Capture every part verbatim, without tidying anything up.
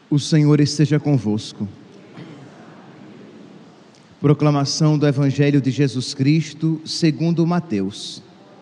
O Senhor esteja convosco. Proclamação do Evangelho de Jesus Cristo segundo Mateus.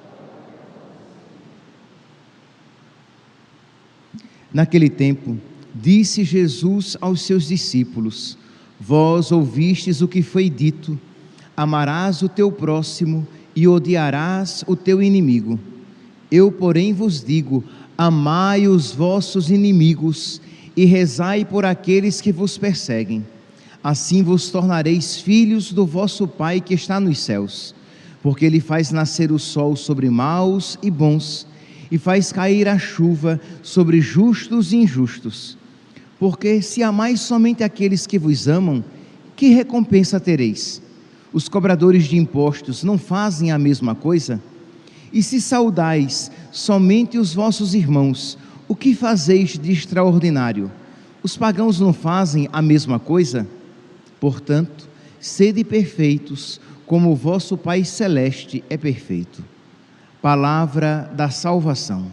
Naquele tempo, disse Jesus aos seus discípulos: Vós ouvistes o que foi dito: amarás o teu próximo e odiarás o teu inimigo. Eu, porém, vos digo: amai os vossos inimigos e rezai por aqueles que vos perseguem. Assim vos tornareis filhos do vosso Pai que está nos céus, porque Ele faz nascer o sol sobre maus e bons, e faz cair a chuva sobre justos e injustos. Porque se amais somente aqueles que vos amam, que recompensa tereis? Os cobradores de impostos não fazem a mesma coisa? E se saudais somente os vossos irmãos, o que fazeis de extraordinário? Os pagãos não fazem a mesma coisa? Portanto, sede perfeitos, como o vosso Pai Celeste é perfeito. Palavra da salvação.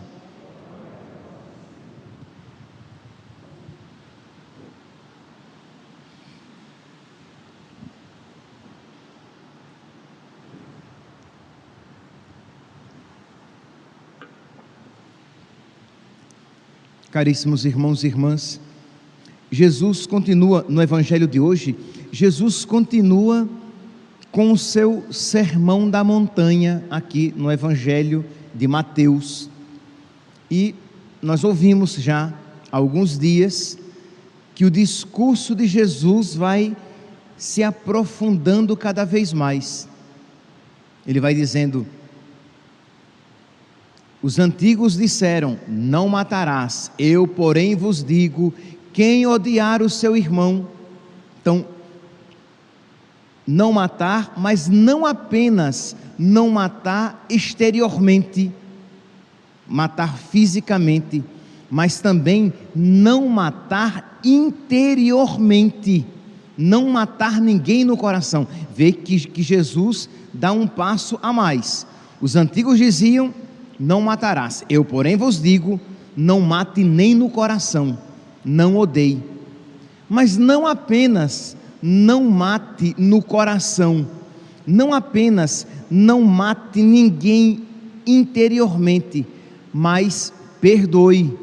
Caríssimos irmãos e irmãs, Jesus continua, no Evangelho de hoje, Jesus continua com o seu sermão da montanha, aqui no Evangelho de Mateus. E nós ouvimos já há alguns dias que o discurso de Jesus vai se aprofundando cada vez mais. Ele vai dizendo: os antigos disseram, não matarás, eu porém vos digo, quem odiar o seu irmão. Então, não matar, mas não apenas não matar exteriormente, matar fisicamente, mas também não matar interiormente, não matar ninguém no coração. Vê que, que Jesus dá um passo a mais. Os antigos diziam, não matarás, eu porém vos digo, não mate nem no coração, não odeie. Mas não apenas não mate no coração, não apenas não mate ninguém interiormente, mas perdoe.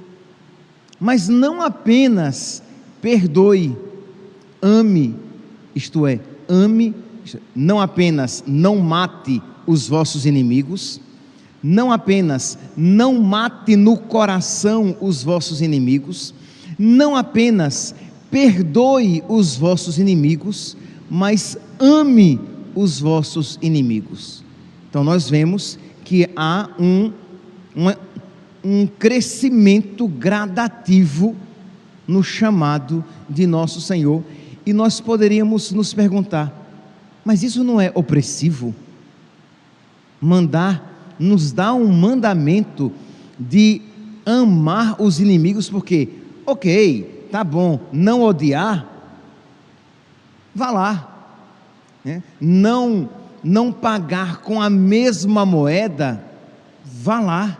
Mas não apenas perdoe, ame, isto é, ame, não apenas não mate os vossos inimigos, não apenas não mate no coração os vossos inimigos, não apenas perdoe os vossos inimigos, mas ame os vossos inimigos. Então nós vemos que há um, um, um crescimento gradativo no chamado de nosso Senhor, e nós poderíamos nos perguntar, mas isso não é opressivo? Mandar nos dá um mandamento de amar os inimigos, porque, ok, tá bom, não odiar, vá lá, né? não, não pagar com a mesma moeda, vá lá,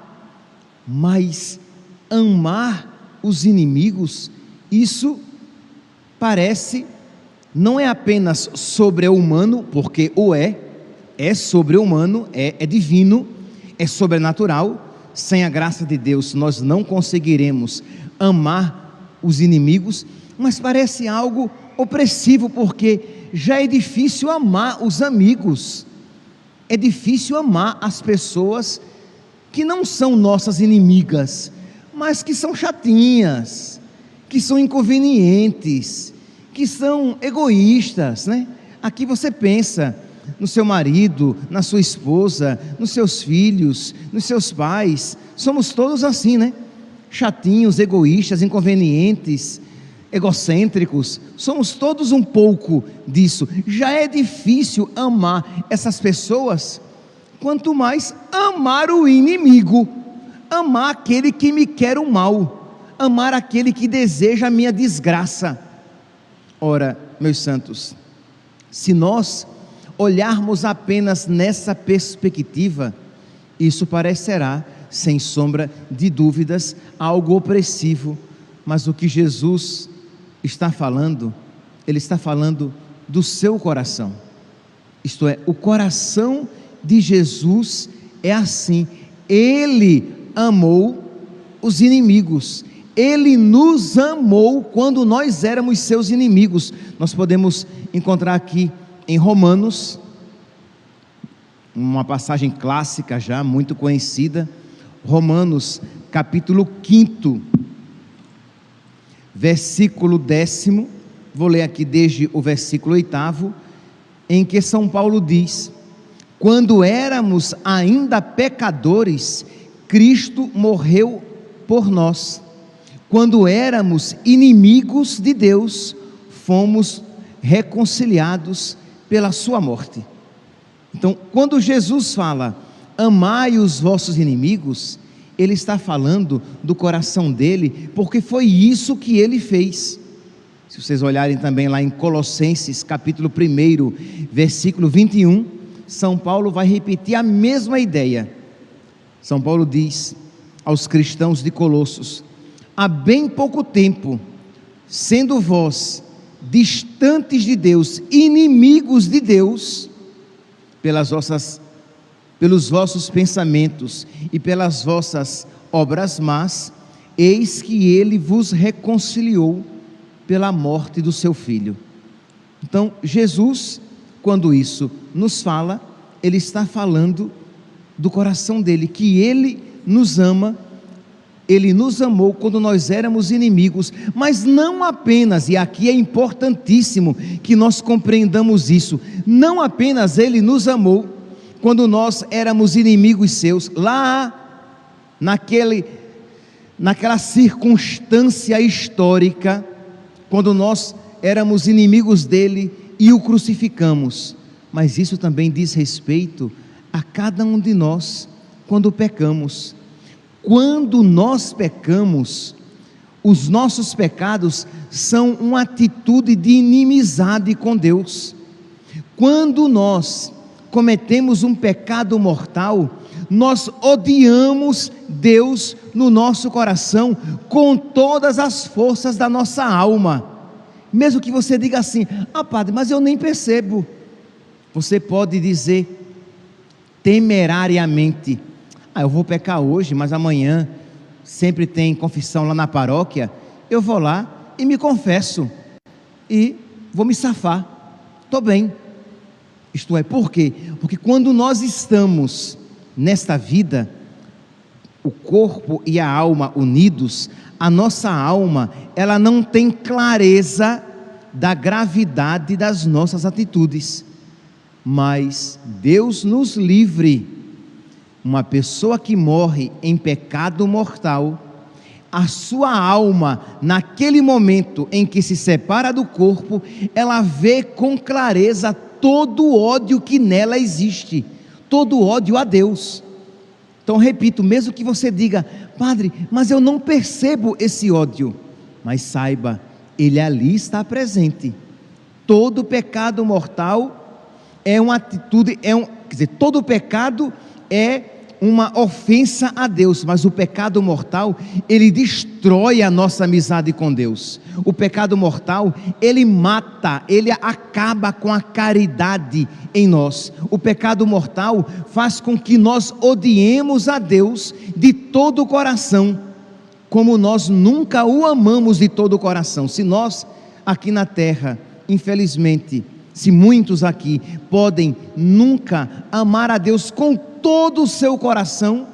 mas amar os inimigos, isso parece, não é apenas sobre-humano, porque o é, é sobre-humano, é, é divino, é sobrenatural. Sem a graça de Deus nós não conseguiremos amar os inimigos, mas parece algo opressivo, porque já é difícil amar os amigos, é difícil amar as pessoas que não são nossas inimigas, mas que são chatinhas, que são inconvenientes, que são egoístas, né? Aqui você pensa no seu marido, na sua esposa, nos seus filhos, nos seus pais. Somos todos assim, né? Chatinhos, egoístas, inconvenientes, egocêntricos. Somos todos um pouco disso. Já é difícil amar essas pessoas, quanto mais amar o inimigo, amar aquele que me quer o mal, amar aquele que deseja a minha desgraça. Ora, meus santos, se nós olharmos apenas nessa perspectiva, isso parecerá, sem sombra de dúvidas, algo opressivo, Mas o que Jesus está falando, Ele está falando do seu coração. Isto é, o coração de Jesus é assim. Ele amou os inimigos. Ele nos amou quando nós éramos seus inimigos. Nós podemos encontrar aqui em Romanos, uma passagem clássica já, muito conhecida, Romanos capítulo quinto, versículo décimo, vou ler aqui desde o versículo oitavo, em que São Paulo diz: quando éramos ainda pecadores, Cristo morreu por nós. Quando éramos inimigos de Deus, fomos reconciliados pela sua morte. Então, quando Jesus fala, amai os vossos inimigos, Ele está falando do coração dele, porque foi isso que Ele fez. Se vocês olharem também lá em Colossenses capítulo um, versículo vinte e um, São Paulo vai repetir a mesma ideia. São Paulo diz aos cristãos de Colossos: há bem pouco tempo, sendo vós distantes de Deus, inimigos de Deus, pelas vossas, pelos vossos pensamentos e pelas vossas obras más, eis que Ele vos reconciliou pela morte do seu Filho. Então, Jesus, quando isso nos fala, Ele está falando do coração dele, que Ele nos ama. Ele nos amou quando nós éramos inimigos, mas não apenas, e aqui é importantíssimo que nós compreendamos isso, não apenas Ele nos amou quando nós éramos inimigos seus, lá naquele, naquela circunstância histórica, quando nós éramos inimigos dele e o crucificamos, mas isso também diz respeito a cada um de nós quando pecamos. Quando nós pecamos, os nossos pecados são uma atitude de inimizade com Deus. Quando nós cometemos um pecado mortal, nós odiamos Deus no nosso coração com todas as forças da nossa alma. Mesmo que você diga assim: ah, padre, mas eu nem percebo. Você pode dizer temerariamente: ah, eu vou pecar hoje, mas amanhã sempre tem confissão lá na paróquia, eu vou lá e me confesso e vou me safar, estou bem. Isto é, por quê? Porque quando nós estamos nesta vida, o corpo e a alma unidos, a nossa alma, ela não tem clareza da gravidade das nossas atitudes, mas Deus nos livre. Uma pessoa que morre em pecado mortal, a sua alma, naquele momento em que se separa do corpo, ela vê com clareza todo o ódio que nela existe, todo o ódio a Deus. Então, repito, mesmo que você diga: padre, mas eu não percebo esse ódio, mas saiba, ele ali está presente. Todo pecado mortal é uma atitude, é um, quer dizer, todo pecado é uma ofensa a Deus, mas o pecado mortal, ele destrói a nossa amizade com Deus. O pecado mortal, ele mata, ele acaba com a caridade em nós. O pecado mortal faz com que nós odiemos a Deus de todo o coração, como nós nunca o amamos de todo o coração. Se nós aqui na terra, infelizmente, se muitos aqui podem nunca amar a Deus com todo o seu coração,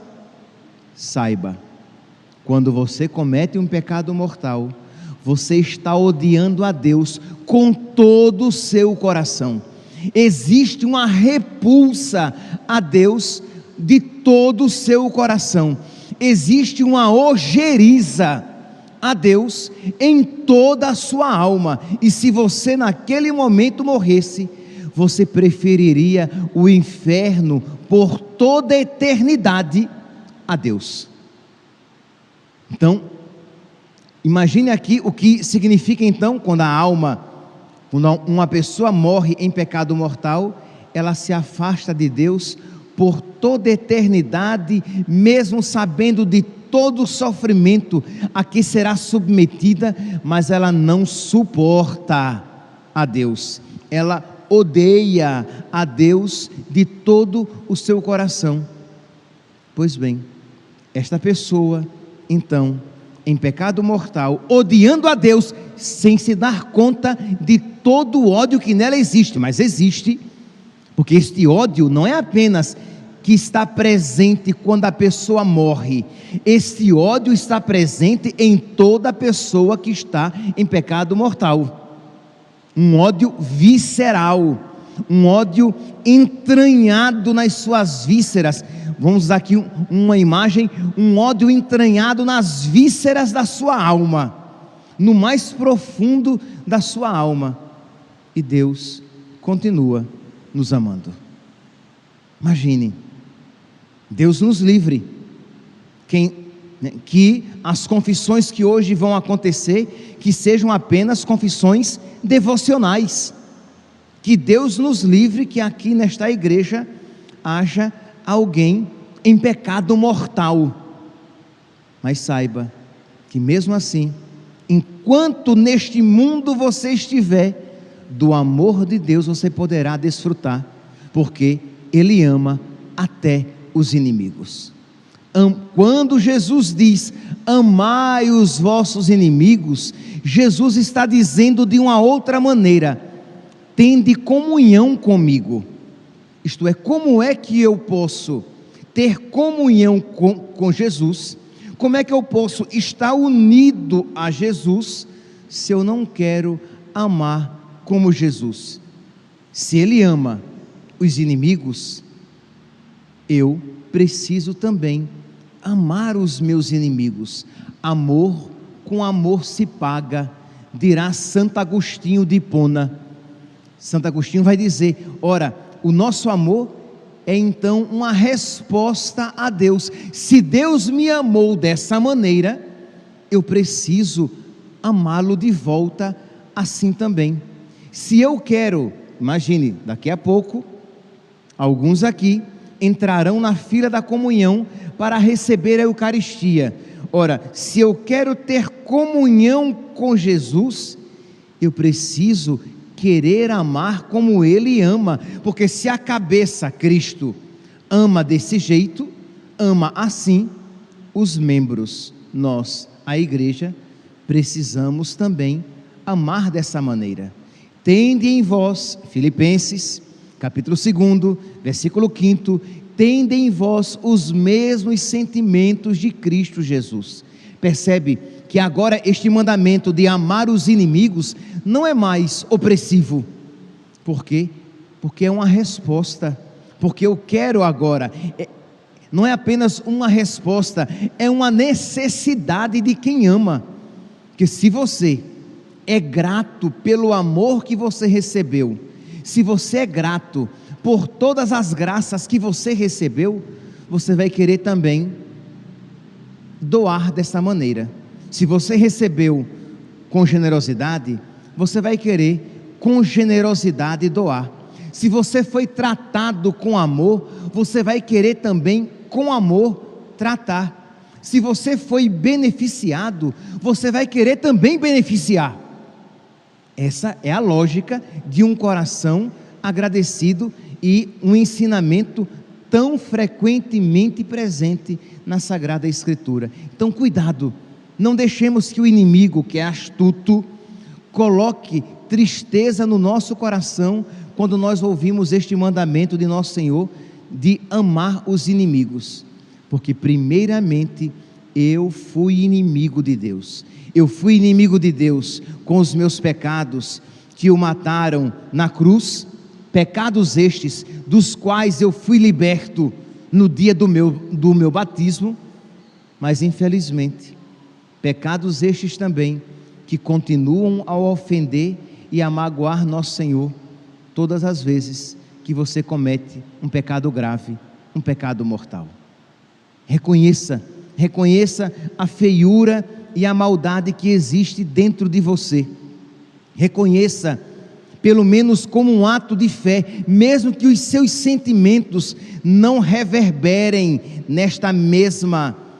saiba, quando você comete um pecado mortal, você está odiando a Deus com todo o seu coração. Existe uma repulsa a Deus de todo o seu coração. Existe uma ojeriza a Deus em toda a sua alma. E se você naquele momento morresse, você preferiria o inferno por toda a eternidade a Deus. Então, imagine aqui o que significa então quando a alma, quando uma pessoa morre em pecado mortal, ela se afasta de Deus por toda a eternidade, mesmo sabendo de todo o sofrimento a que será submetida, mas ela não suporta a Deus, ela odeia a Deus de todo o seu coração. Pois bem, esta pessoa, então, em pecado mortal, odiando a Deus, sem se dar conta de todo o ódio que nela existe, mas existe, porque este ódio não é apenas que está presente quando a pessoa morre, este ódio está presente em toda pessoa que está em pecado mortal, um ódio visceral, um ódio entranhado nas suas vísceras. Vamos usar aqui uma imagem, um ódio entranhado nas vísceras da sua alma, no mais profundo da sua alma, e Deus continua nos amando. Imagine, Deus nos livre, quem, né, que as confissões que hoje vão acontecer, que sejam apenas confissões devocionais, que Deus nos livre que aqui nesta igreja haja alguém em pecado mortal, mas saiba que mesmo assim, enquanto neste mundo você estiver, do amor de Deus você poderá desfrutar, porque Ele ama até os inimigos. Quando Jesus diz, amai os vossos inimigos, Jesus está dizendo de uma outra maneira, tende comunhão comigo. Isto é, como é que eu posso ter comunhão com, com Jesus? Como é que eu posso estar unido a Jesus, se eu não quero amar como Jesus? Se Ele ama os inimigos, eu preciso também amar os meus inimigos. Amor com amor se paga, dirá Santo Agostinho de Hipona. Santo Agostinho vai dizer, ora, o nosso amor é então uma resposta a Deus. Se Deus me amou dessa maneira, eu preciso amá-lo de volta assim também. Se eu quero, imagine, daqui a pouco, alguns aqui entrarão na fila da comunhão para receber a Eucaristia. Ora, se eu quero ter comunhão com Jesus, eu preciso querer amar como Ele ama, porque se a cabeça, Cristo, ama desse jeito, ama assim, os membros, nós, a igreja, precisamos também amar dessa maneira. Tende em vós, Filipenses, capítulo dois, versículo cinco, tende em vós os mesmos sentimentos de Cristo Jesus. Percebe que agora este mandamento de amar os inimigos não é mais opressivo. Por quê? Porque é uma resposta, porque eu quero agora, é, não é apenas uma resposta, é uma necessidade de quem ama. Que se você é grato pelo amor que você recebeu, se você é grato por todas as graças que você recebeu, você vai querer também doar dessa maneira. Se você recebeu com generosidade, você vai querer com generosidade doar. Se você foi tratado com amor, você vai querer também com amor tratar. Se você foi beneficiado, você vai querer também beneficiar. Essa é a lógica de um coração agradecido e um ensinamento tão frequentemente presente na Sagrada Escritura. Então, cuidado, não deixemos que o inimigo, que é astuto, coloque tristeza no nosso coração quando nós ouvimos este mandamento de nosso Senhor de amar os inimigos, porque primeiramente eu fui inimigo de Deus. Eu fui inimigo de Deus com os meus pecados que o mataram na cruz, pecados estes dos quais eu fui liberto no dia do meu, do meu batismo, mas infelizmente, pecados estes também que continuam a ofender e a magoar nosso Senhor todas as vezes que você comete um pecado grave, um pecado mortal. Reconheça, reconheça a feiura e a maldade que existe dentro de você. Reconheça, pelo menos como um ato de fé, mesmo que os seus sentimentos não reverberem nesta mesma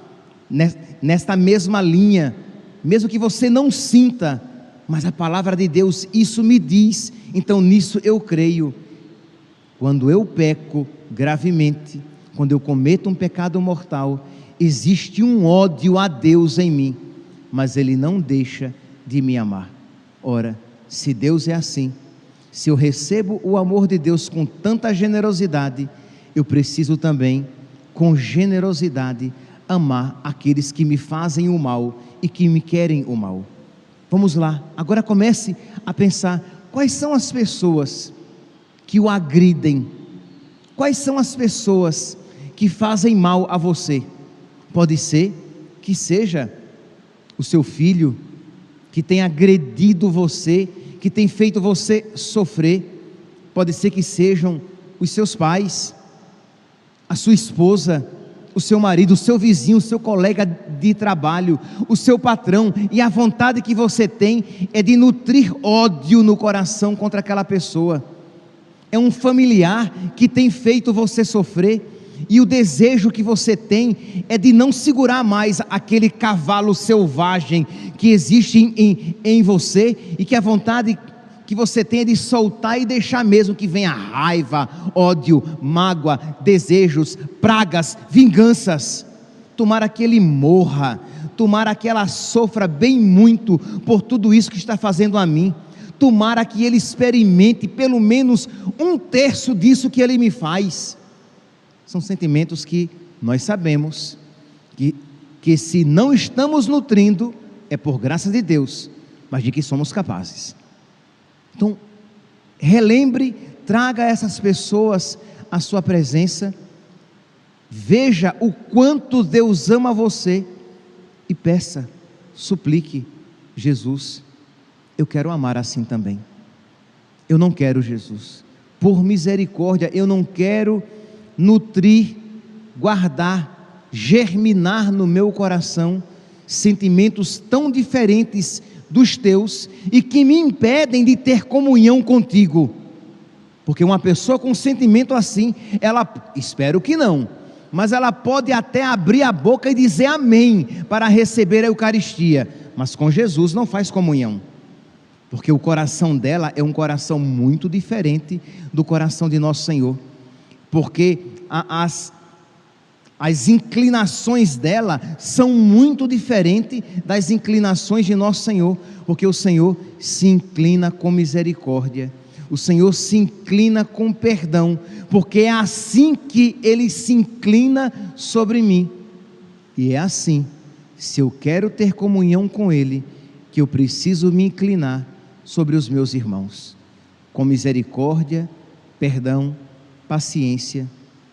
nesta mesma linha, mesmo que você não sinta, mas a palavra de Deus isso me diz, então nisso eu creio. Quando eu peco gravemente, quando eu cometo um pecado mortal, existe um ódio a Deus em mim, mas Ele não deixa de me amar. Ora, se Deus é assim, se eu recebo o amor de Deus com tanta generosidade, eu preciso também, com generosidade, amar aqueles que me fazem o mal e que me querem o mal. Vamos lá, agora comece a pensar, quais são as pessoas que o agridem? Quais são as pessoas que fazem mal a você? Pode ser que seja o seu filho, que tem agredido você, que tem feito você sofrer. Pode ser que sejam os seus pais, a sua esposa, o seu marido, o seu vizinho, o seu colega de trabalho, o seu patrão, e a vontade que você tem é de nutrir ódio no coração contra aquela pessoa. É um familiar que tem feito você sofrer, e o desejo que você tem é de não segurar mais aquele cavalo selvagem que existe em, em, em você, e que a vontade que você tem é de soltar e deixar mesmo que venha raiva, ódio, mágoa, desejos, pragas, vinganças. Tomara que ele morra, tomara que ela sofra bem muito por tudo isso que está fazendo a mim. Tomara que ele experimente pelo menos um terço disso que ele me faz. São sentimentos que nós sabemos que, que se não estamos nutrindo, é por graça de Deus, mas de que somos capazes. Então, relembre, traga essas pessoas à sua presença, veja o quanto Deus ama você e peça, suplique: Jesus, eu quero amar assim também. Eu não quero, Jesus, por misericórdia, eu não quero nutrir, guardar, germinar no meu coração sentimentos tão diferentes dos teus e que me impedem de ter comunhão contigo. Porque uma pessoa com um sentimento assim, ela, espero que não, mas ela pode até abrir a boca e dizer amém para receber a Eucaristia, mas com Jesus não faz comunhão, porque o coração dela é um coração muito diferente do coração de nosso Senhor, porque a, as, as inclinações dela são muito diferentes das inclinações de nosso Senhor, porque o Senhor se inclina com misericórdia, o Senhor se inclina com perdão, porque é assim que Ele se inclina sobre mim, e é assim, se eu quero ter comunhão com Ele, que eu preciso me inclinar sobre os meus irmãos, com misericórdia, perdão, paciência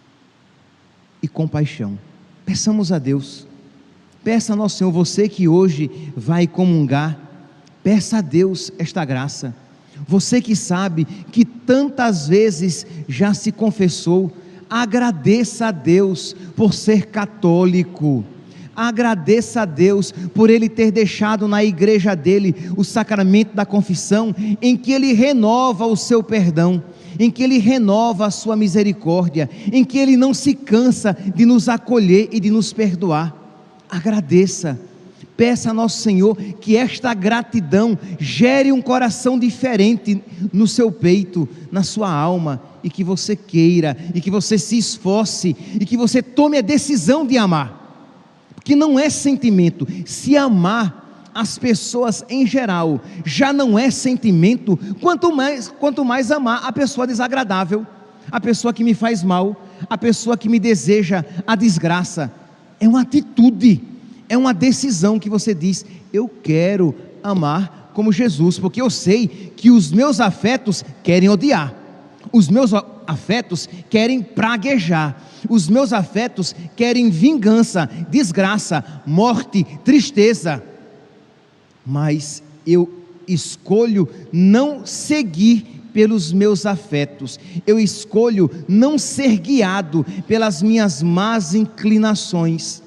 e compaixão. Peçamos a Deus, peça a nosso Senhor, você que hoje vai comungar, peça a Deus esta graça. Você que sabe que tantas vezes já se confessou, agradeça a Deus por ser católico, agradeça a Deus por Ele ter deixado na igreja dele o sacramento da confissão, em que Ele renova o seu perdão, em que Ele renova a sua misericórdia, em que Ele não se cansa de nos acolher e de nos perdoar. Agradeça, peça a nosso Senhor que esta gratidão gere um coração diferente no seu peito, na sua alma, e que você queira, e que você se esforce, e que você tome a decisão de amar, porque não é sentimento. Se amar as pessoas em geral já não é sentimento, quanto mais, quanto mais amar a pessoa desagradável, a pessoa que me faz mal, a pessoa que me deseja a desgraça. É uma atitude, é uma decisão que você diz: eu quero amar como Jesus, porque eu sei que os meus afetos querem odiar, os meus afetos querem praguejar, os meus afetos querem vingança, desgraça, morte, tristeza, mas eu escolho não seguir pelos meus afetos, eu escolho não ser guiado pelas minhas más inclinações,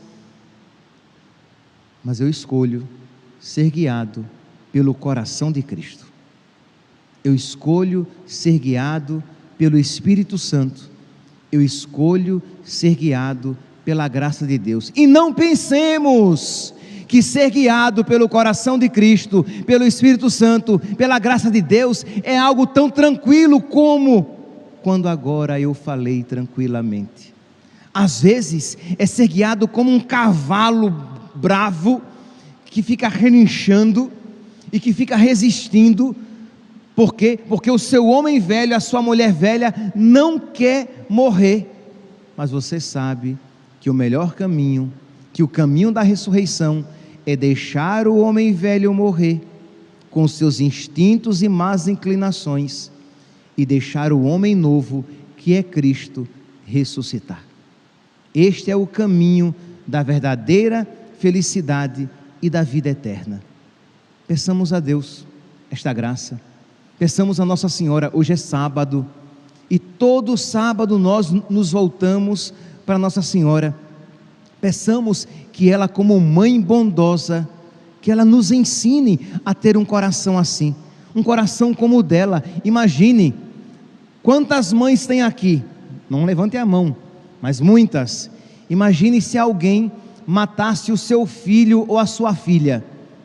mas eu escolho ser guiado pelo coração de Cristo, eu escolho ser guiado pelo Espírito Santo, eu escolho ser guiado pela graça de Deus. E não pensemos que ser guiado pelo coração de Cristo, pelo Espírito Santo, pela graça de Deus, é algo tão tranquilo como quando agora eu falei tranquilamente. Às vezes é ser guiado como um cavalo bravo, que fica relinchando e que fica resistindo. Por quê? Porque o seu homem velho, a sua mulher velha não quer morrer. Mas você sabe que o melhor caminho, que o caminho da ressurreição é deixar o homem velho morrer com seus instintos e más inclinações e deixar o homem novo, que é Cristo, ressuscitar. Este é o caminho da verdadeira felicidade e da vida eterna. Peçamos a Deus esta graça. Peçamos a Nossa Senhora. Hoje é sábado e todo sábado nós nos voltamos para Nossa Senhora. Peçamos que ela, como mãe bondosa, que ela nos ensine a ter um coração assim, um coração como o dela. Imagine quantas mães tem aqui, não levante a mão, mas muitas. Imagine se alguém matasse o seu filho ou a sua filha,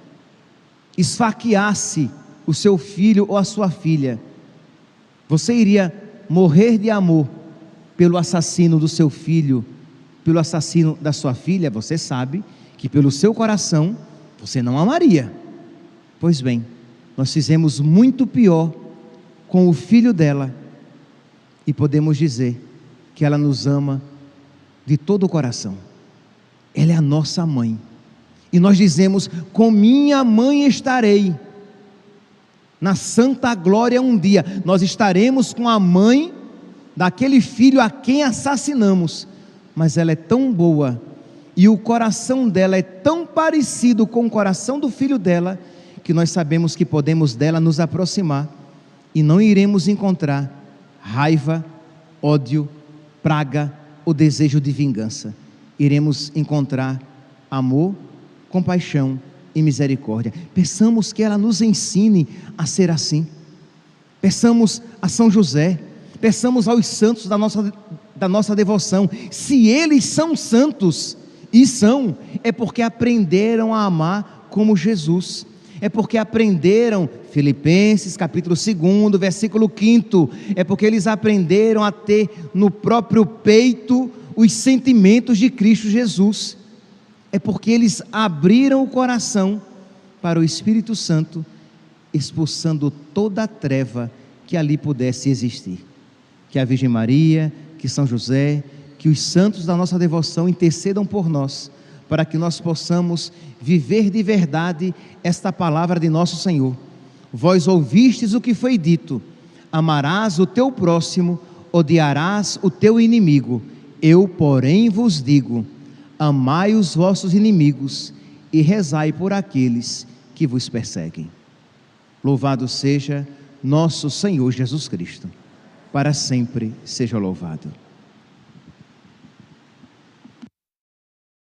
esfaqueasse o seu filho ou a sua filha. Você iria morrer de amor pelo assassino do seu filho, pelo assassino da sua filha? Você sabe que pelo seu coração você não amaria. Pois bem, nós fizemos muito pior com o filho dela, e podemos dizer que ela nos ama de todo o coração. Ela é a nossa mãe, e nós dizemos: com minha mãe estarei na santa glória um dia. Nós estaremos com a mãe daquele filho a quem assassinamos, mas ela é tão boa, e o coração dela é tão parecido com o coração do filho dela, que nós sabemos que podemos dela nos aproximar, e não iremos encontrar raiva, ódio, praga ou desejo de vingança. Iremos encontrar amor, compaixão e misericórdia. Peçamos que ela nos ensine a ser assim. Peçamos a São José, peçamos aos santos da nossa, da nossa devoção. Se eles são santos, e são, é porque aprenderam a amar como Jesus, é porque aprenderam, Filipenses capítulo dois, versículo quinto, é porque eles aprenderam a ter no próprio peito os sentimentos de Cristo Jesus, é porque eles abriram o coração para o Espírito Santo, expulsando toda a treva que ali pudesse existir. Que a Virgem Maria, que São José, que os santos da nossa devoção intercedam por nós, para que nós possamos viver de verdade esta palavra de nosso Senhor. Vós ouvistes o que foi dito: amarás o teu próximo, odiarás o teu inimigo. Eu, porém, vos digo: amai os vossos inimigos e rezai por aqueles que vos perseguem. Louvado seja nosso Senhor Jesus Cristo, para sempre seja louvado.